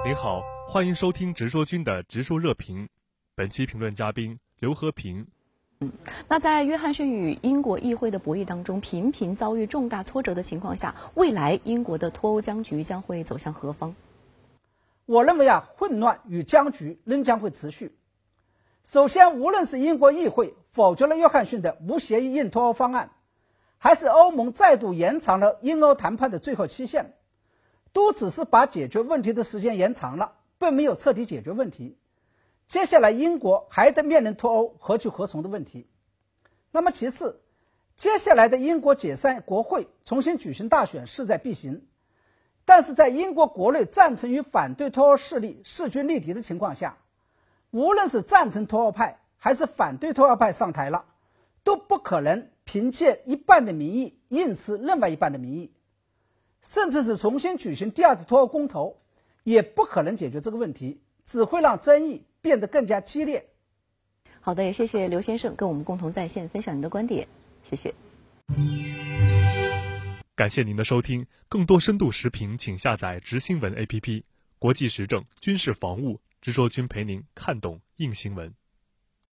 您好，欢迎收听直说君的直说热评。本期评论嘉宾刘和平。 那在约翰逊与英国议会的博弈当中，频频遭遇重大挫折的情况下，未来英国的脱欧僵局将会走向何方？ 我认为混乱与僵局仍将会持续。首先，无论是英国议会否决了约翰逊的无协议硬脱欧方案，还是欧盟再度延长了英欧谈判的最后期限，都只是把解决问题的时间延长了，并没有彻底解决问题。接下来英国还得面临脱欧何去何从的问题。那么其次，接下来的英国解散国会，重新举行大选势在必行。但是在英国国内赞成与反对脱欧势力势均力敌的情况下，无论是赞成脱欧派还是反对脱欧派上台了，都不可能凭借一半的民意硬吃另外一半的民意，甚至是重新举行第二次脱欧公投，也不可能解决这个问题，只会让争议变得更加激烈。 好的，也谢谢刘先生跟我们共同在线分享您的观点，谢谢。 感谢您的收听，更多深度视频请下载直新闻 APP， 国际时政、军事防务，直说君陪您看懂硬新闻。